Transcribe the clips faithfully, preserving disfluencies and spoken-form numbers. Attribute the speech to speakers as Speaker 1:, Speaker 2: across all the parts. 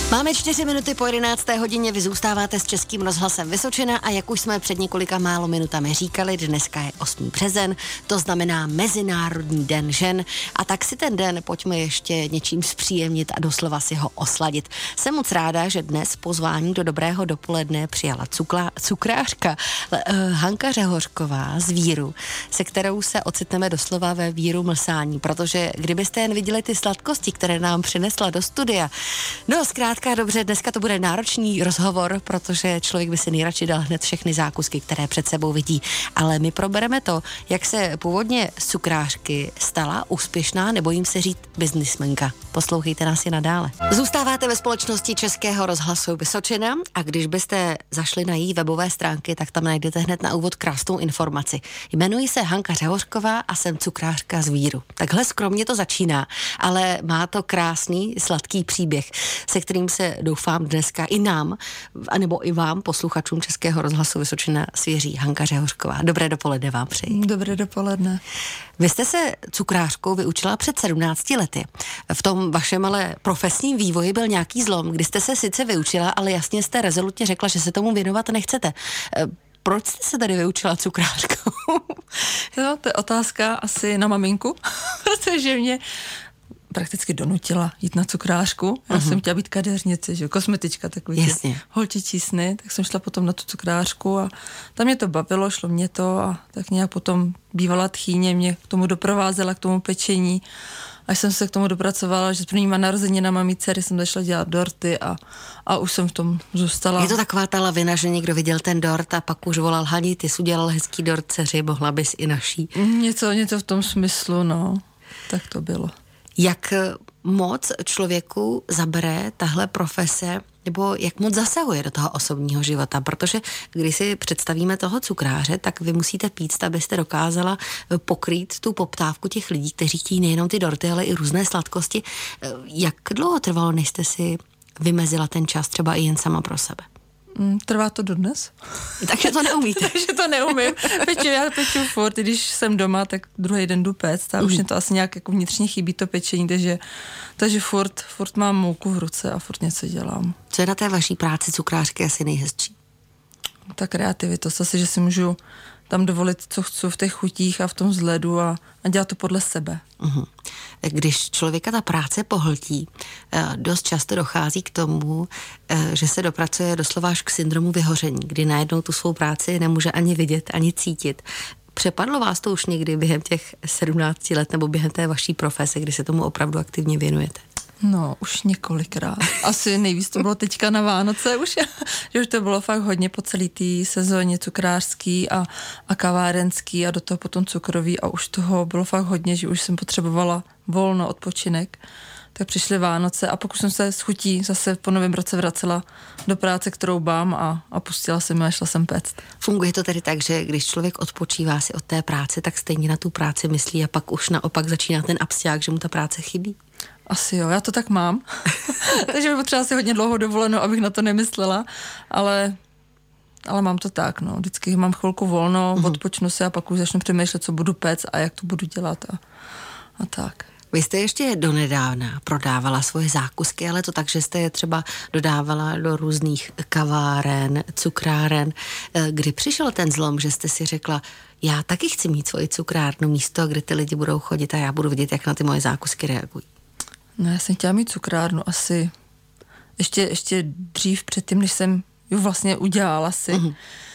Speaker 1: Máme čtyři minuty po jedenácté hodině, vy zůstáváte s Českým rozhlasem Vysočina a jak už jsme před několika málo minutami říkali, dneska je osmý březen, to znamená Mezinárodní den žen a tak si ten den pojďme ještě něčím zpříjemnit a doslova si ho osladit. Jsem moc ráda, že dnes pozvání do dobrého dopoledne přijala cukla, cukrářka uh, Hanka Řehořková z Víru, se kterou se ocitneme doslova ve Víru mlsání, protože kdybyste jen viděli ty sladkosti, které nám přinesla do studia, no zkrátka dobře, dneska to bude náročný rozhovor, protože člověk by si nejradši dal hned všechny zákusky, které před sebou vidí. Ale my probereme to, jak se původně z cukrářky stala úspěšná, nebojím se říct biznismenka. Poslouchejte nás i nadále. Zůstáváte ve společnosti Českého rozhlasu Vysočina a když byste zašli na její webové stránky, tak tam najdete hned na úvod krásnou informaci. Jmenuji se Hanka Řehořková a jsem cukrářka z Víru. Takhle skromně to začíná, ale má to krásný, sladký příběh, se kterým se doufám dneska i nám, anebo i vám, posluchačům Českého rozhlasu Vysočina, svěří Hanka Řehořková. Dobré dopoledne vám přeji.
Speaker 2: Dobré dopoledne.
Speaker 1: Vy jste se cukrářkou vyučila před sedmnácti lety. V tom vašem ale profesním vývoji byl nějaký zlom, kdy jste se sice vyučila, ale jasně jste rezolutně řekla, že se tomu věnovat nechcete. Proč jste se tady vyučila cukrářkou?
Speaker 2: No, to je otázka asi na maminku, protože mě prakticky donutila jít na cukrářku. Já uh-huh. jsem chtěla být kadeřnice, že kosmetička, takový holčičí sny, tak jsem šla potom na tu cukrářku a tam mě to bavilo, šlo mě to a tak nějak potom bývalá tchýně mě k tomu doprovázela, k tomu pečení. Až jsem se k tomu dopracovala, že s prvníma narozeninama mý dcery jsem začala dělat dorty a, a už jsem v tom zůstala.
Speaker 1: Je to taková ta lavina, že někdo viděl ten dort a pak už volal: Hani, ty jsi udělal hezký dort dceři, mohla bys i naší.
Speaker 2: Něco, něco v tom smyslu, no. Tak to bylo.
Speaker 1: Jak moc člověku zabere tahle profese, nebo jak moc zasahuje do toho osobního života, protože když si představíme toho cukráře, tak vy musíte pít, abyste dokázala pokrýt tu poptávku těch lidí, kteří chtějí nejenom ty dorty, ale i různé sladkosti. Jak dlouho trvalo, než jste si vymezila ten čas třeba i jen sama pro sebe?
Speaker 2: Trvá to dodnes.
Speaker 1: Takže to neumíte.
Speaker 2: Takže to neumím. Peču, já peču furt, když jsem doma, tak druhý den jdu péct a mm. už mě to asi nějak jako vnitřně chybí to pečení, takže, takže furt, furt mám mouku v ruce a furt něco dělám.
Speaker 1: Co je na té vaší práci cukrářky asi nejhezčí?
Speaker 2: Ta kreativita, asi, že si můžu tam dovolit, co chci v těch chutích a v tom vzhledu a, a dělat to podle sebe.
Speaker 1: Uhum. Když člověka ta práce pohltí, dost často dochází k tomu, že se dopracuje doslova až k syndromu vyhoření, kdy najednou tu svou práci nemůže ani vidět, ani cítit. Přepadlo vás to už někdy během těch sedmnácti let nebo během té vaší profese, kdy se tomu opravdu aktivně věnujete?
Speaker 2: No, už několikrát. Asi nejvíc to bylo teďka na Vánoce už, že už to bylo fakt hodně po celý té sezóně cukrářský a, a kavárenský a do toho potom cukrový a už toho bylo fakt hodně, že už jsem potřebovala volno, odpočinek. Tak přišly Vánoce a pokud jsem se s chutí zase po novém roce vracela do práce, kterou bám a, a pustila jsem a šla jsem péct.
Speaker 1: Funguje to tedy tak, že když člověk odpočívá si od té práce, tak stejně na tu práci myslí a pak už naopak začíná ten absťák, že mu ta práce chybí?
Speaker 2: Asi jo, já to tak mám. Takže by potřeba si hodně dlouho dovolenou, abych na to nemyslela, ale, ale mám to tak, no. Vždycky mám chvilku volno, mm. odpočnu se a pak už začnu přemýšlet, co budu péct a jak to budu dělat a, a tak.
Speaker 1: Vy jste ještě donedávna prodávala svoje zákusky, ale to tak, že jste je třeba dodávala do různých kaváren, cukráren. Kdy přišel ten zlom, že jste si řekla: já taky chci mít svoji cukrárnu, místo, kde ty lidi budou chodit a já budu vidět, jak na ty moje zákusky reagují?
Speaker 2: No, já jsem chtěla mít cukrárnu asi ještě, ještě dřív předtím, než jsem ji vlastně udělala si. Uh-huh.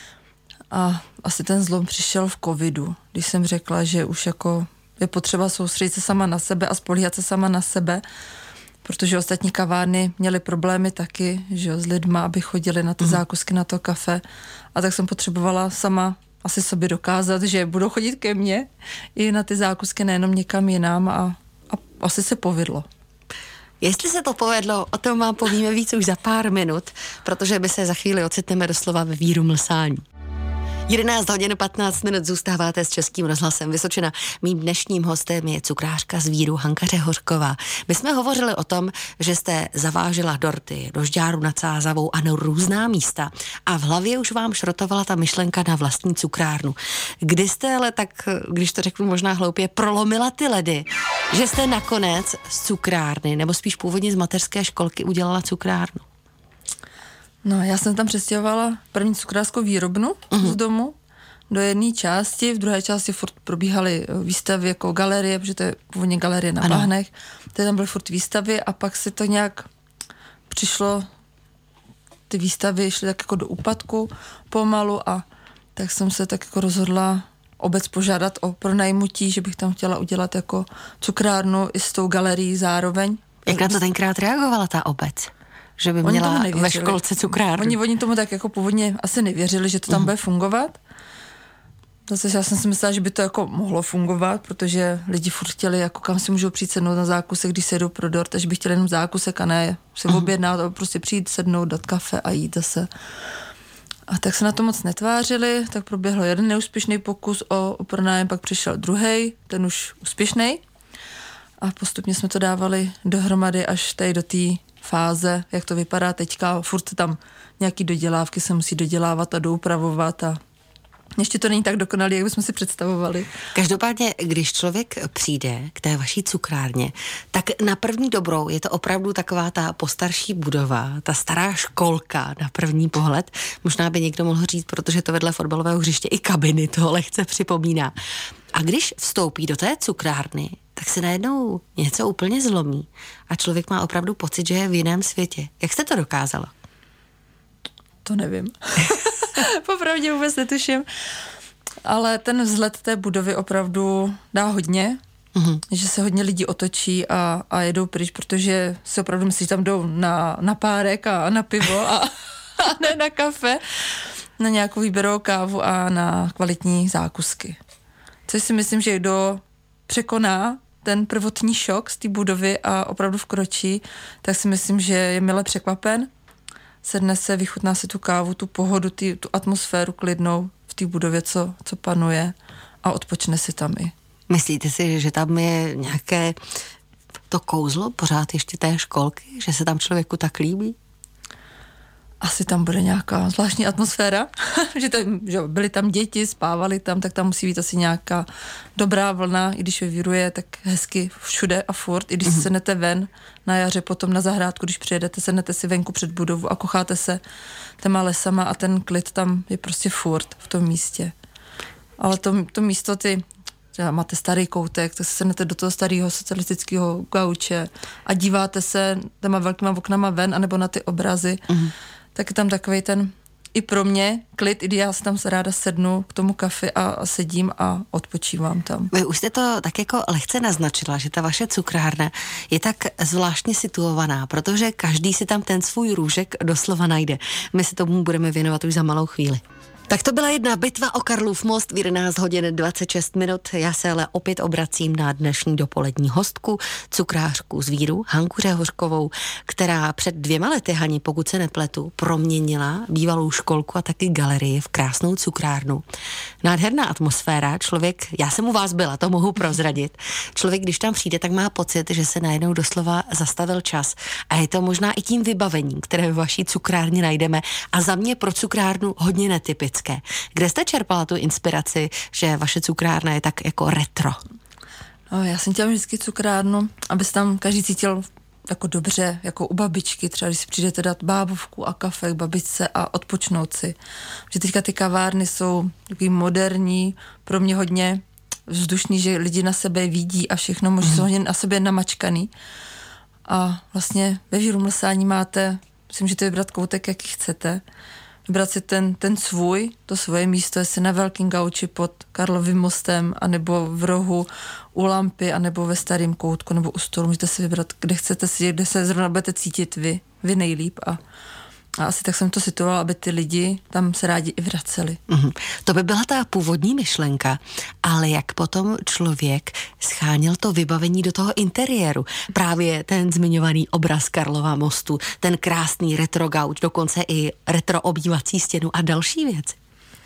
Speaker 2: A asi ten zlom přišel v covidu, když jsem řekla, že už jako je potřeba soustředit se sama na sebe a spolíhat se sama na sebe, protože ostatní kavárny měly problémy taky, že jo, s lidma, aby chodili na ty uh-huh. zákusky, na to kafe. A tak jsem potřebovala sama asi sobě dokázat, že budou chodit ke mně i na ty zákusky, nejenom někam jinam a, a asi se povedlo.
Speaker 1: Jestli se to povedlo, o tom vám povíme víc už za pár minut, protože by se za chvíli ocitneme doslova ve Víru mlsání. jedenáct hodin patnáct minut zůstáváte s Českým rozhlasem Vysočina. Mým dnešním hostem je cukrářka z Víru Hanka Řehořková. My jsme hovořili o tom, že jste zavážela dorty do Žďáru nad Sázavou a na různá místa a v hlavě už vám šrotovala ta myšlenka na vlastní cukrárnu. Kdy jste ale tak, když to řeknu možná hloupě, prolomila ty ledy, že jste nakonec z cukrárny, nebo spíš původně z mateřské školky udělala cukrárnu?
Speaker 2: No, já jsem tam přestěhovala první cukrářskou výrobnu uh-huh. z domu do jedné části, v druhé části furt probíhaly výstavy jako galerie, protože to je původně galerie na Bahnech, tady tam byly furt výstavy a pak se to nějak přišlo, ty výstavy šly tak jako do úpadku pomalu a tak jsem se tak jako rozhodla obec požádat o pronajmutí, že bych tam chtěla udělat jako cukrárnu i s tou galerií zároveň.
Speaker 1: Jak na to tenkrát reagovala ta obec? Že by měla ve školce cukrárnu.
Speaker 2: Oni, oni tomu tak jako původně asi nevěřili, že to tam uh-huh. bude fungovat. Zase já jsem si myslela, že by to jako mohlo fungovat, protože lidi furt chtěli, jako kam si můžou přijít sednout na zákusek, když se jdou pro dort, takže by chtěli jenom zákusek a ne se uh-huh. objednat, ale prostě přijít, sednout, dát kafe a jít zase. A tak se na to moc netvářili, tak proběhlo jeden neúspěšný pokus o, o pronájem, pak přišel druhej, ten už úspěšný. A postupně jsme to dávali dohromady až tady do té fáze, jak to vypadá teďka. Furt tam nějaký dodělávky se musí dodělávat a doupravovat a ještě to není tak dokonalý, jak bychom si představovali.
Speaker 1: Každopádně, když člověk přijde k té vaší cukrárně, tak na první dobrou je to opravdu taková ta postarší budova, ta stará školka na první pohled. Možná by někdo mohl říct, protože to vedle fotbalového hřiště i kabiny to lehce připomíná. A když vstoupí do té cukrárny, tak se najednou něco úplně zlomí a člověk má opravdu pocit, že je v jiném světě. Jak jste to dokázala?
Speaker 2: To nevím. Popravdě vůbec netuším. Ale ten vzhled té budovy opravdu dá hodně, mm-hmm. že se hodně lidí otočí a, a jedou pryč, protože si opravdu myslí, že tam jdou na, na párek a na pivo a, a ne na kafe, na nějakou výběrovou kávu a na kvalitní zákusky. Což si myslím, že kdo překoná ten prvotní šok z té budovy a opravdu vkročí, tak si myslím, že je mile překvapen. Sedne se, vychutná si tu kávu, tu pohodu, tý, tu atmosféru klidnou v té budově, co, co panuje a odpočne si tam i.
Speaker 1: Myslíte si, že tam je nějaké to kouzlo pořád ještě té školky, že se tam člověku tak líbí?
Speaker 2: Asi tam bude nějaká zvláštní atmosféra, že, tam, že byly tam děti, spávali tam, tak tam musí být asi nějaká dobrá vlna, i když vyruje tak hezky všude a furt, i když mm-hmm. sednete ven na jaře, potom na zahrádku, když přijedete, sednete si venku před budovu a kocháte se těma lesama a ten klid tam je prostě furt v tom místě. Ale to, to místo, ty, máte starý koutek, tak se sednete do toho starého socialistického gauče a díváte se těma velkýma oknama ven, anebo na ty obrazy, mm-hmm. tak je tam takovej ten, i pro mě, klid, i já se tam ráda sednu k tomu kafi a, a sedím a odpočívám tam.
Speaker 1: Vy už jste to tak jako lehce naznačila, že ta vaše cukrárna je tak zvláštně situovaná, protože každý si tam ten svůj růžek doslova najde. My se tomu budeme věnovat už za malou chvíli. Tak to byla jedna bitva o Karlův most v jedenáct hodin dvacet šest minut. Já se ale opět obracím na dnešní dopolední hostku, cukrářku z Víru, Hanku Řehořkovou, která před dvěma lety, Hani, pokud se nepletu, proměnila bývalou školku a taky galerii v krásnou cukrárnu. Nádherná atmosféra, člověk, já jsem u vás byla, to mohu prozradit. Člověk, když tam přijde, tak má pocit, že se najednou doslova zastavil čas. A je to možná i tím vybavením, které ve vaší cukrárně najdeme. A za mě pro cukrárnu hodně netypické. Kde jste čerpala tu inspiraci, že vaše cukrárna je tak jako retro?
Speaker 2: No, já jsem chtěla vždycky cukrárnu, aby se tam každý cítil jako dobře, jako u babičky, třeba když si přijdete dát bábovku a kafe k babičce a odpočnout si. Že teďka ty kavárny jsou takový moderní, pro mě hodně vzdušný, že lidi na sebe vidí a všechno, možná mm. jsou hodně na sebe namačkaný. A vlastně ve Víru Mlsání máte, si můžete vybrat koutek, jaký chcete, vybrat si ten, ten svůj, to svoje místo, jestli na velkým gauči pod Karlovým mostem, anebo v rohu u lampy, anebo ve starém koutku, nebo u stolu. Můžete si vybrat, kde chcete si, kde se zrovna budete cítit vy, vy nejlíp. A, a asi tak jsem to situovala, aby ty lidi tam se rádi i vraceli. Mm-hmm.
Speaker 1: To by byla ta původní myšlenka, ale jak potom člověk scháněl to vybavení do toho interiéru. Právě ten zmiňovaný obraz Karlova mostu, ten krásný retro gauč, dokonce i retro obývací stěnu a další věci.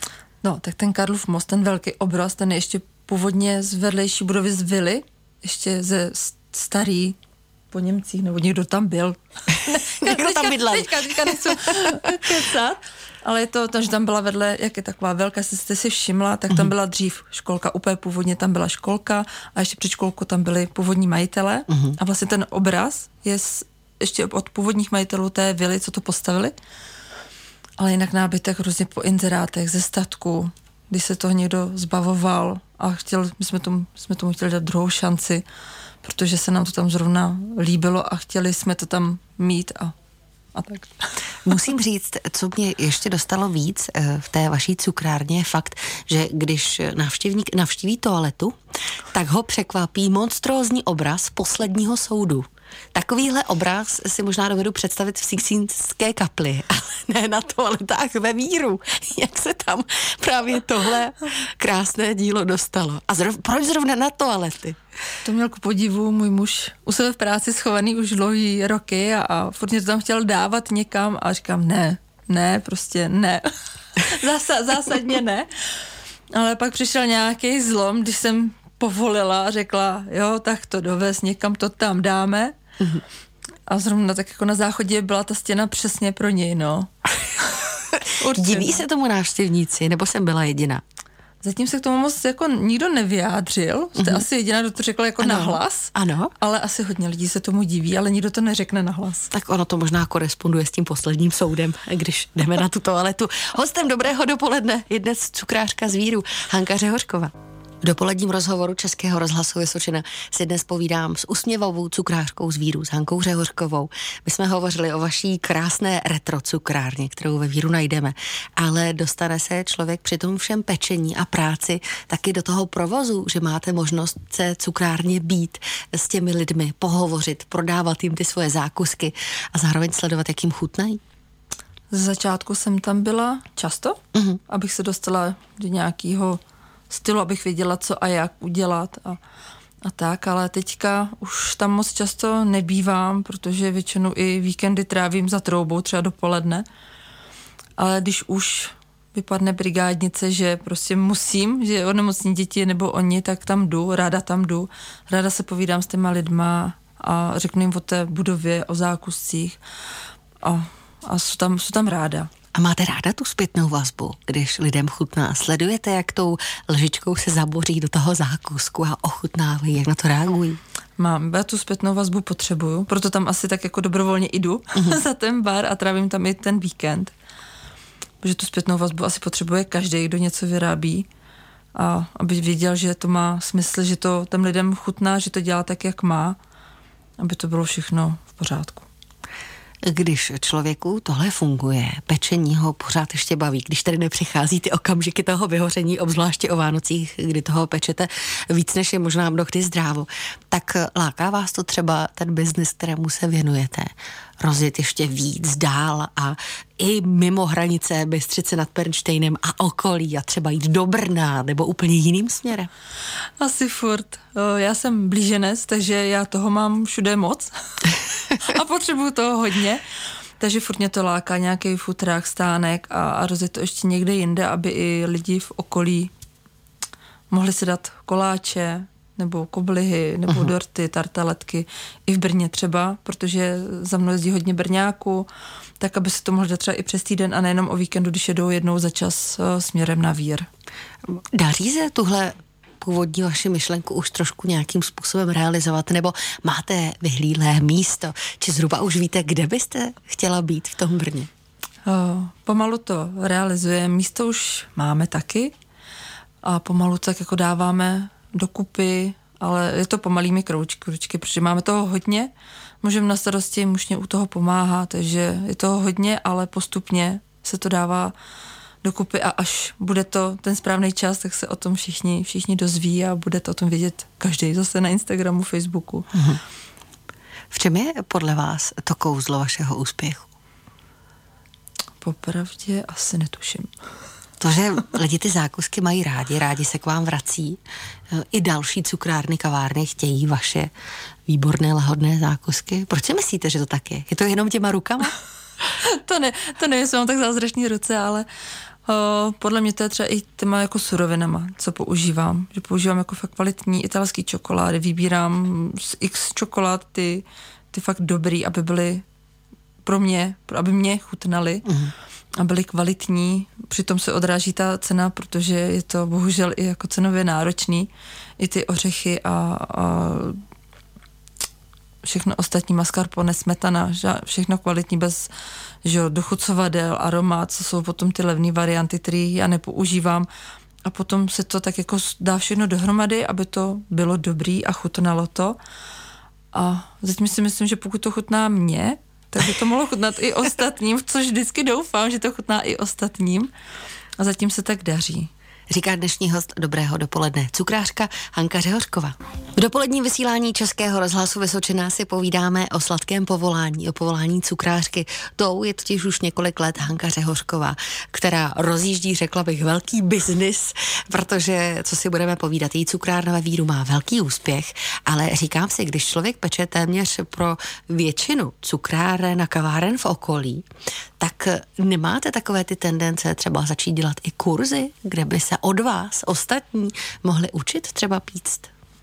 Speaker 2: No, tak ten Karlův most, ten velký obraz, ten je ještě původně z vedlejší budovy z vily, ještě ze starý po Němcích, nebo někdo tam byl.
Speaker 1: Někdo tam bydlel.
Speaker 2: Teďka, teďka nechci kecat. Ale je to, to, že tam byla vedle, jak je taková velká, jestli jste si všimla, tak tam byla dřív školka, úplně původně tam byla školka a ještě před školkou tam byli původní majitele uh-huh. a vlastně ten obraz je z, ještě od původních majitelů té vily, co to postavili, ale jinak nábytek různě po inzerátech, ze statku, když se toho někdo zbavoval a chtěl, my jsme tomu, jsme tomu chtěli dát druhou šanci, protože se nám to tam zrovna líbilo a chtěli jsme to tam mít a A tak.
Speaker 1: Musím říct, co mě ještě dostalo víc v té vaší cukrárně, je fakt, že když návštěvník navštíví toaletu, tak ho překvapí monstrózní obraz posledního soudu. Takovýhle obraz si možná dovedu představit v Sixtínské kapli, ale ne na toaletách ve Víru. Jak se tam právě tohle krásné dílo dostalo? A zrov, proč zrovna na toalety?
Speaker 2: To měl ku podivu můj muž u sebe v práci schovaný už dlouhý roky a, a furt mě to tam chtěl dávat někam a říkám ne, ne, prostě ne. Zasa, zásadně ne. Ale pak přišel nějaký zlom, když jsem povolila a řekla, jo, tak to dovez, někam to tam dáme. Mm-hmm. A zrovna tak jako na záchodě byla ta stěna přesně pro něj, no.
Speaker 1: Diví se tomu návštěvníci, nebo jsem byla jediná?
Speaker 2: Zatím se k tomu moc jako nikdo nevyjádřil. Jste mm-hmm. asi jediná, kdo to řekla jako
Speaker 1: ano.
Speaker 2: nahlas.
Speaker 1: Ano.
Speaker 2: Ale asi hodně lidí se tomu diví, ale nikdo to neřekne nahlas.
Speaker 1: Tak ono to možná koresponduje s tím posledním soudem, když jdeme na tu toaletu. Hostem dobrého dopoledne je dnes cukrářka z Víru, Hanka Řehořková. V dopoledním rozhovoru Českého rozhlasu Vysočina si dnes povídám s usměvavou cukrářkou z Víru, s Hankou Řehořkovou. My jsme hovořili o vaší krásné retro cukrárně, kterou ve Víru najdeme, ale dostane se člověk při tom všem pečení a práci taky do toho provozu, že máte možnost se cukrárně být s těmi lidmi, pohovořit, prodávat jim ty svoje zákusky a zároveň sledovat, jak jim chutnají.
Speaker 2: Z začátku jsem tam byla často, uh-huh. abych se dostala do nějakého stylu, abych věděla, co a jak udělat a, a tak, ale teďka už tam moc často nebývám, protože většinou i víkendy trávím za troubou, třeba dopoledne, ale když už vypadne brigádnice, že prostě musím, že onemocní děti nebo oni, tak tam jdu, ráda tam jdu, ráda se povídám s těma lidma a řeknu jim o té budově, o zákuscích a, a jsou, tam, jsou tam ráda.
Speaker 1: A máte ráda tu zpětnou vazbu, když lidem chutná? Sledujete, jak tou lžičkou se zaboří do toho zákusku a ochutnávají, jak na to reagují?
Speaker 2: Mám, já tu zpětnou vazbu potřebuju, proto tam asi tak jako dobrovolně jdu mm-hmm. za ten bar a trávím tam i ten víkend. Protože tu zpětnou vazbu asi potřebuje každý, kdo něco vyrábí. A aby věděl, že to má smysl, že to těm lidem chutná, že to dělá tak, jak má, aby to bylo všechno v pořádku.
Speaker 1: Když člověku tohle funguje, pečení ho pořád ještě baví, když tady nepřichází ty okamžiky toho vyhoření, obzvláště o Vánocích, kdy toho pečete víc, než je možná mnohdy zdrávo, tak láká vás to třeba ten biznis, kterému se věnujete, rozjet ještě víc dál a i mimo hranice Bystřice nad Pernštejnem a okolí a třeba jít do Brna nebo úplně jiným směrem?
Speaker 2: Asi furt. Já jsem blíženec, takže já toho mám všude moc a potřebuju toho hodně. Takže furt mě to láká, nějaký futrák, stánek a, a rozjet to ještě někde jinde, aby i lidi v okolí mohli si dát koláče nebo koblihy, nebo uh-huh. dorty, tartaletky. I v Brně třeba, protože za mnou jezdí hodně Brňáků, tak aby se to mohlo dát třeba i přes týden a nejenom o víkendu, když jedou jednou za čas uh, směrem na Vír.
Speaker 1: Daří se tuhle původní vaši myšlenku už trošku nějakým způsobem realizovat, nebo máte vyhlídlé místo, či zhruba už víte, kde byste chtěla být v tom Brně?
Speaker 2: Uh, pomalu to realizuje. Místo už máme taky a pomalu tak jako dáváme dokupy, ale je to pomalými kroučky, kroučky, protože máme toho hodně, můžeme na starosti, muž mě u toho pomáhá, takže je toho hodně, ale postupně se to dává dokupy a až bude to ten správný čas, tak se o tom všichni, všichni dozví a budete o tom vědět každý zase na Instagramu, Facebooku.
Speaker 1: Mhm. V čem je podle vás to kouzlo vašeho úspěchu?
Speaker 2: Popravdě asi netuším.
Speaker 1: To, že lidi ty zákusky mají rádi, rádi se k vám vrací. I další cukrárny, kavárny chtějí vaše výborné, lahodné zákusky. Proč si myslíte, že to tak je? Je to jenom těma rukama?
Speaker 2: to ne, to nevím, jestli mám tak zázračný ruce, ale Uh, podle mě to je třeba i těma jako surovinama, co používám. Že používám jako fakt kvalitní italský čokolády, vybírám z x čokolád ty, ty fakt dobrý, aby byly pro mě, aby mě chutnaly uh-huh. a byly kvalitní. Přitom se odráží ta cena, protože je to bohužel i jako cenově náročný. I ty ořechy a, a všechno ostatní, mascarpone, smetana, všechno kvalitní bez že jo, dochucovadel, aromat, co jsou potom ty levné varianty, které já nepoužívám. A potom se to tak jako dá všechno dohromady, aby to bylo dobrý a chutnalo to. A zatím si myslím, že pokud to chutná mně, tak by to mohlo chutnat i ostatním, což vždycky doufám, že to chutná i ostatním. A zatím se tak daří.
Speaker 1: Říká dnešní host Dobrého dopoledne, cukrářka Hanka Řehořková. V dopoledním vysílání Českého rozhlasu Vysočina si povídáme o sladkém povolání, o povolání cukrářky. Tou je totiž už několik let Hanka Řehořková, která rozjíždí, řekla bych, velký biznis, protože, co si budeme povídat, její cukrárna ve Víru má velký úspěch, ale říkám si, když člověk peče téměř pro většinu cukráren a kaváren v okolí, tak nemáte takové ty tendence třeba začít dělat i kurzy, kde by se od vás ostatní mohli učit třeba píct?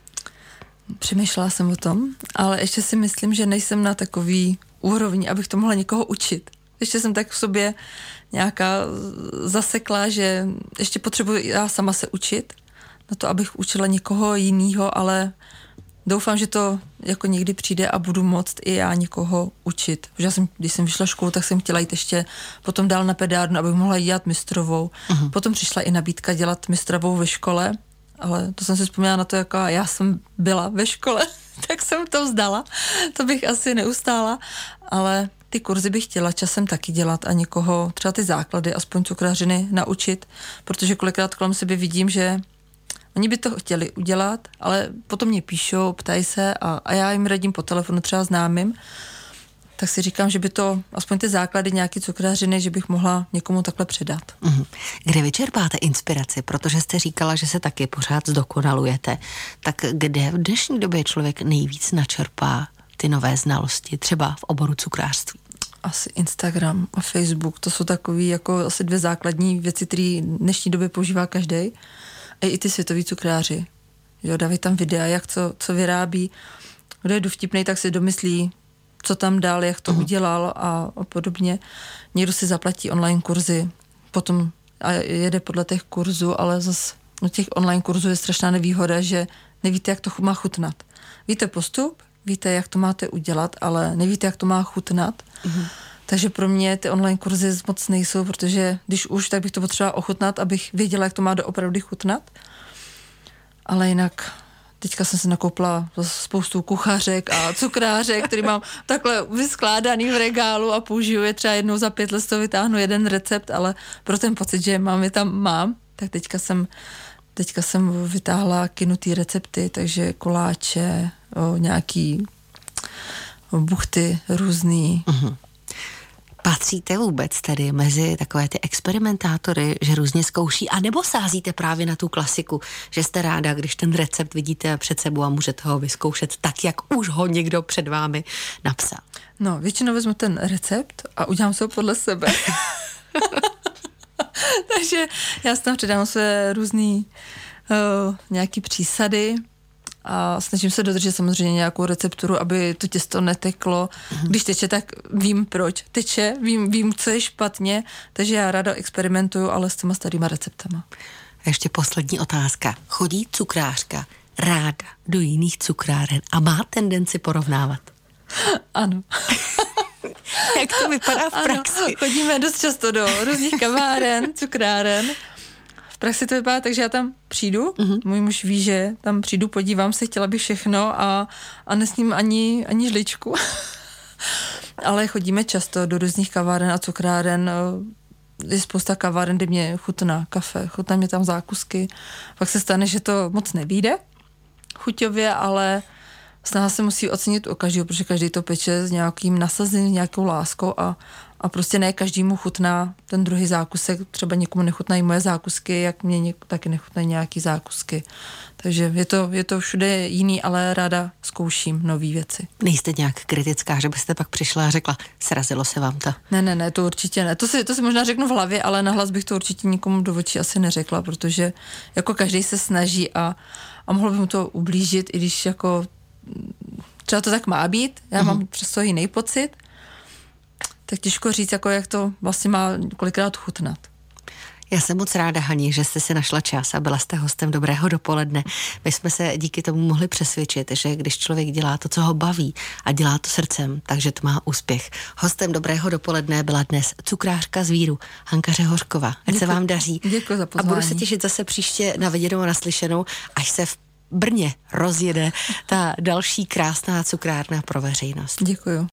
Speaker 2: Přemýšlela jsem o tom, ale ještě si myslím, že nejsem na takový úrovni, abych to mohla někoho učit. Ještě jsem tak v sobě nějaká zasekla, že ještě potřebuji já sama se učit na to, abych učila někoho jinýho, ale doufám, že to jako někdy přijde a budu moct i já někoho učit. Protože já jsem, když jsem vyšla školu, tak jsem chtěla jít ještě potom dál na pedárnu, abych mohla jít dělat mistrovou. Uh-huh. Potom přišla i nabídka dělat mistrovou ve škole, ale to jsem si vzpomněla na to, jako já jsem byla ve škole, tak jsem to vzdala. To bych asi neustála, ale ty kurzy bych chtěla časem taky dělat a někoho, třeba ty základy, aspoň cukrářiny naučit, protože kolikrát kolem sebe vidím, že oni by to chtěli udělat, ale potom mě píšou, ptají se a, a já jim radím po telefonu třeba známým, tak si říkám, že by to, aspoň ty základy nějaký cukrářiny, že bych mohla někomu takhle předat.
Speaker 1: Mm. Kde vyčerpáte inspiraci? Protože jste říkala, že se taky pořád zdokonalujete. Tak kde v dnešní době člověk nejvíc načerpá ty nové znalosti, třeba v oboru cukrářství?
Speaker 2: Asi Instagram a Facebook, to jsou takový jako asi dvě základní věci, které v dnešní době používá každý. A i ty světoví cukráři. Jo, dávají tam videa, jak co, co vyrábí. Kdo je dovtipnej, tak si domyslí, co tam dál, jak to uh-huh. udělal a, a podobně. Někdo si zaplatí online kurzy, potom a jede podle těch kurzů, ale zase no těch online kurzů je strašná nevýhoda, že nevíte, jak to má chutnat. Víte postup, víte, jak to máte udělat, ale nevíte, jak to má chutnat. Uh-huh. Takže pro mě ty online kurzy moc nejsou, protože když už, tak bych to potřebovala ochutnat, abych věděla, jak to má doopravdy chutnat. Ale jinak teďka jsem se nakoupila spoustu kuchařek a cukrářek, který mám takhle vyskládaný v regálu a použiju je třeba jednou za pět let, to vytáhnu jeden recept, ale pro ten pocit, že mám je tam mám, tak teďka jsem, teďka jsem vytáhla kynutý recepty, takže koláče, o, nějaký o, buchty různý. Uh-huh.
Speaker 1: Patříte vůbec tedy mezi takové ty experimentátory, že různě zkouší, anebo sázíte právě na tu klasiku, že jste ráda, když ten recept vidíte před sebou a můžete ho vyzkoušet tak, jak už ho někdo před vámi napsal?
Speaker 2: No, většinou vezmu ten recept a udělám se ho podle sebe. Takže já si tam přidám své různý uh, nějaký přísady, a snažím se dodržet samozřejmě nějakou recepturu, aby to těsto neteklo. Mm. Když teče, tak vím, proč teče, vím, vím, co je špatně, takže já ráda experimentuju, ale s těma starýma receptama.
Speaker 1: Ještě poslední otázka. Chodí cukrářka ráda do jiných cukráren a má tendenci porovnávat?
Speaker 2: Ano.
Speaker 1: Jak to vypadá v praxi?
Speaker 2: Ano, chodíme dost často do různých kaváren, cukráren. V praxi to vypadá tak, že já tam přijdu, uh-huh. můj muž ví, že tam přijdu, podívám se, chtěla bych všechno a, a nesním ani, ani žličku. Ale chodíme často do různých kaváren a cukráren. Je spousta kaváren, kde mě chutná kafe, chutná mě tam zákusky. Pak se stane, že to moc nevyjde chuťově, ale snaha se musí ocenit u každého, protože každý to peče s nějakým nasazením, nějakou láskou a, a prostě ne každému chutná ten druhý zákusek, třeba někomu nechutnají moje zákusky, jak mě něk- taky nechutnají nějaký zákusky. Takže je to, je to všude jiný, ale ráda zkouším nový věci.
Speaker 1: Nejste nějak kritická, že byste pak přišla a řekla, srazilo se vám to?
Speaker 2: Ne, ne, ne, to určitě ne. To si, to si možná řeknu v hlavě, ale nahlas bych to určitě nikomu do očí asi neřekla, protože jako každý se snaží a, a mohlo by mu to ublížit, i když jako třeba to tak má být, já mm-hmm. mám přesto jiný pocit, tak těžko říct, jako jak to vlastně má kolikrát chutnat.
Speaker 1: Já jsem moc ráda, Hani, že jste si našla čas a byla jste hostem Dobrého dopoledne. My jsme se díky tomu mohli přesvědčit, že když člověk dělá to, co ho baví a dělá to srdcem, takže to má úspěch. Hostem Dobrého dopoledne byla dnes cukrářka z Víru, Hanka Řehořková. Ať
Speaker 2: Děkuji.
Speaker 1: se vám daří.
Speaker 2: Děkuji za pozvání.
Speaker 1: A budu se těšit zase příště na viděnou a naslyšenou, až se v Brně rozjede ta další krásná cukrárna pro veřejnost.
Speaker 2: Děkuji.